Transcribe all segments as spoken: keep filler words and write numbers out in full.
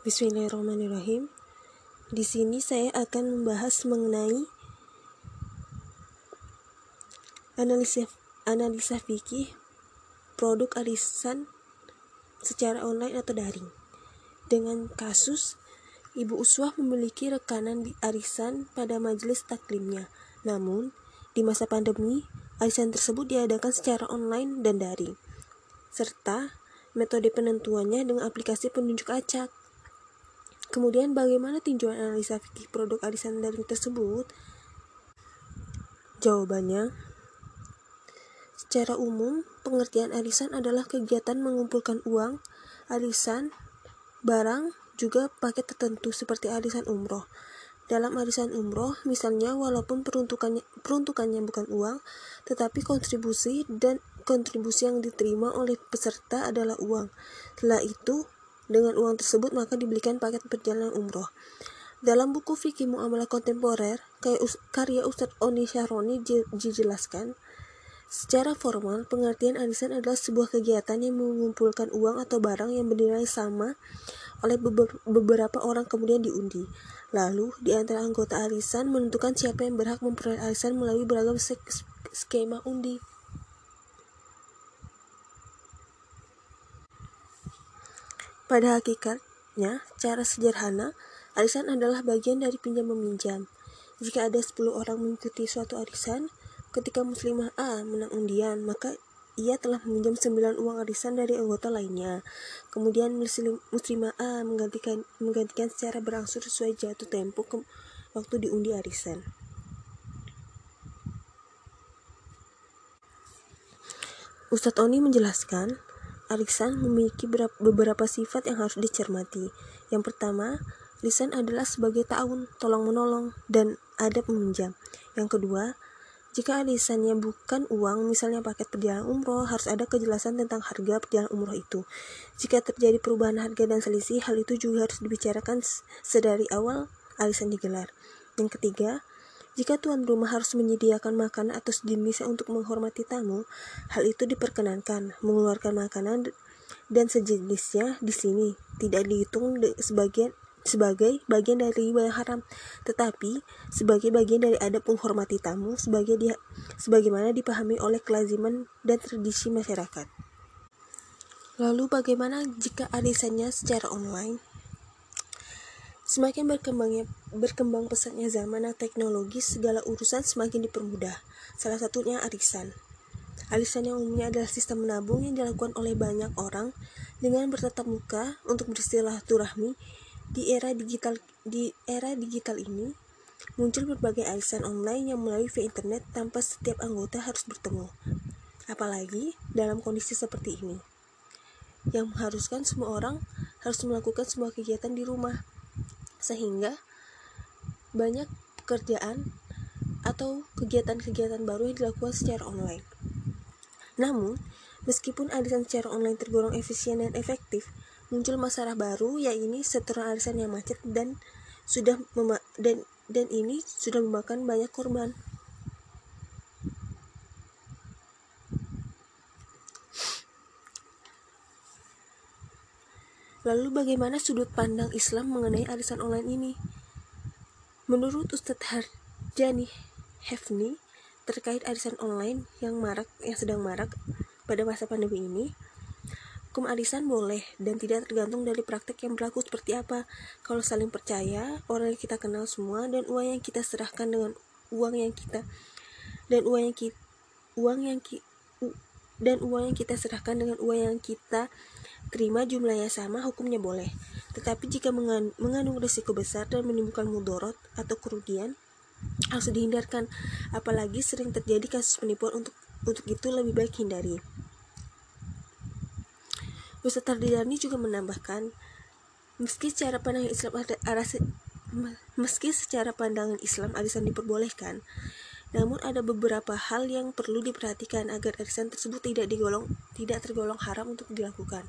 Bismillahirrahmanirrahim. Di sini saya akan membahas mengenai analisa analisa fikih produk arisan secara online atau daring. Dengan kasus Ibu Uswah memiliki rekanan di arisan pada majelis taklimnya. Namun, di masa pandemi, arisan tersebut diadakan secara online dan daring, serta metode penentuannya dengan aplikasi penunjuk acak. Kemudian bagaimana tinjauan analisa fikih produk arisan daring tersebut? Jawabannya, secara umum, pengertian arisan adalah kegiatan mengumpulkan uang, arisan, barang, juga paket tertentu seperti arisan umroh. Dalam arisan umroh, misalnya walaupun peruntukannya, peruntukannya bukan uang, tetapi kontribusi dan kontribusi yang diterima oleh peserta adalah uang. Setelah itu, dengan uang tersebut maka dibelikan paket perjalanan umroh. Dalam buku Fikih Muamalah Kontemporer, karya Ustadz Oni Syahroni dijelaskan, secara formal, pengertian arisan adalah sebuah kegiatan yang mengumpulkan uang atau barang yang bernilai sama oleh beberapa orang kemudian diundi. Lalu, di antara anggota arisan menentukan siapa yang berhak memperoleh arisan melalui beragam skema undi. Pada hakikatnya, secara sederhana, arisan adalah bagian dari pinjam-meminjam. Jika ada sepuluh orang mengikuti suatu arisan, ketika muslimah A menang undian, maka ia telah meminjam sembilan uang arisan dari anggota lainnya. Kemudian muslim, muslimah A menggantikan, menggantikan secara berangsur sesuai jatuh tempo ke waktu diundi arisan. Ustadz Oni menjelaskan, arisan memiliki beberapa sifat yang harus dicermati. Yang pertama, arisan adalah sebagai ta'awun, tolong-menolong, dan adab meminjam. Yang kedua, jika arisannya bukan uang, misalnya paket perjalanan umroh, harus ada kejelasan tentang harga perjalanan umroh itu. Jika terjadi perubahan harga dan selisih, hal itu juga harus dibicarakan sedari awal arisan digelar. Yang ketiga, jika tuan rumah harus menyediakan makanan atau sejenisnya untuk menghormati tamu, hal itu diperkenankan. Mengeluarkan makanan dan sejenisnya di sini tidak dihitung sebagian sebagai bagian dari riba yang haram, tetapi sebagai bagian dari adab menghormati tamu sebagai dia, sebagaimana dipahami oleh kelaziman dan tradisi masyarakat. Lalu bagaimana jika arisannya secara online? Semakin berkembangnya berkembang pesatnya zaman dan teknologi, segala urusan semakin dipermudah. Salah satunya arisan. Arisan yang umumnya adalah sistem menabung yang dilakukan oleh banyak orang dengan bertatap muka untuk bersilaturahmi. Di era digital di era digital ini muncul berbagai arisan online yang melalui via internet tanpa setiap anggota harus bertemu. Apalagi dalam kondisi seperti ini, yang mengharuskan semua orang harus melakukan semua kegiatan di rumah, sehingga banyak pekerjaan atau kegiatan-kegiatan baru yang dilakukan secara online. Namun, meskipun arisan secara online tergolong efisien dan efektif, muncul masalah baru, yaitu setoran arisan yang macet dan sudah mema- dan dan ini sudah memakan banyak korban. Lalu bagaimana sudut pandang Islam mengenai arisan online ini? Menurut Ustadz Harjani Hefni terkait arisan online yang marak yang sedang marak pada masa pandemi ini, hukum arisan boleh dan tidak tergantung dari praktek yang berlaku seperti apa. Kalau saling percaya, orang yang kita kenal semua, dan uang yang kita serahkan dengan uang yang kita dan uang yang kita uang yang ki, dan uang yang kita serahkan dengan uang yang kita terima jumlahnya sama, hukumnya boleh. Tetapi jika mengandung risiko besar dan menimbulkan mudorot atau kerugian, harus dihindarkan. Apalagi sering terjadi kasus penipuan, untuk untuk itu lebih baik hindari. Ustadz Tardidani juga menambahkan, meski secara pandangan Islam ada arasi, meski secara pandangan Islam arisan diperbolehkan, namun ada beberapa hal yang perlu diperhatikan agar arisan tersebut tidak digolong tidak tergolong haram untuk dilakukan.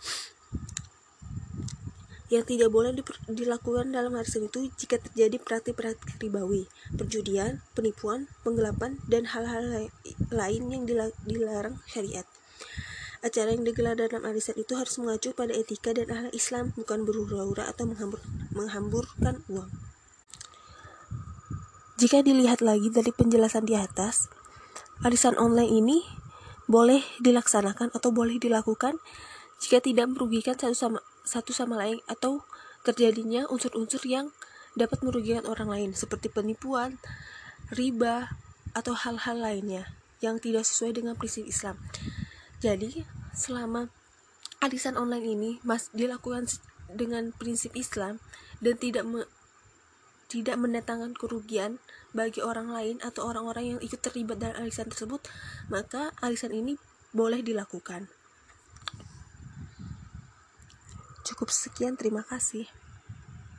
Yang tidak boleh dilakukan dalam arisan itu jika terjadi praktik-praktik ribawi, perjudian, penipuan, penggelapan, dan hal-hal lain yang dilarang syariat. Acara yang digelar dalam arisan itu harus mengacu pada etika dan akhlak Islam, bukan berhura-hura atau menghambur, menghamburkan uang. Jika dilihat lagi dari penjelasan di atas, arisan online ini boleh dilaksanakan atau boleh dilakukan jika tidak merugikan satu sama satu sama lain atau terjadinya unsur-unsur yang dapat merugikan orang lain seperti penipuan, riba, atau hal-hal lainnya yang tidak sesuai dengan prinsip Islam. Jadi, selama arisan online ini mas dilakukan dengan prinsip Islam dan tidak me, tidak mendatangkan kerugian bagi orang lain atau orang-orang yang ikut terlibat dalam arisan tersebut, maka arisan ini boleh dilakukan. Cukup sekian, terima kasih.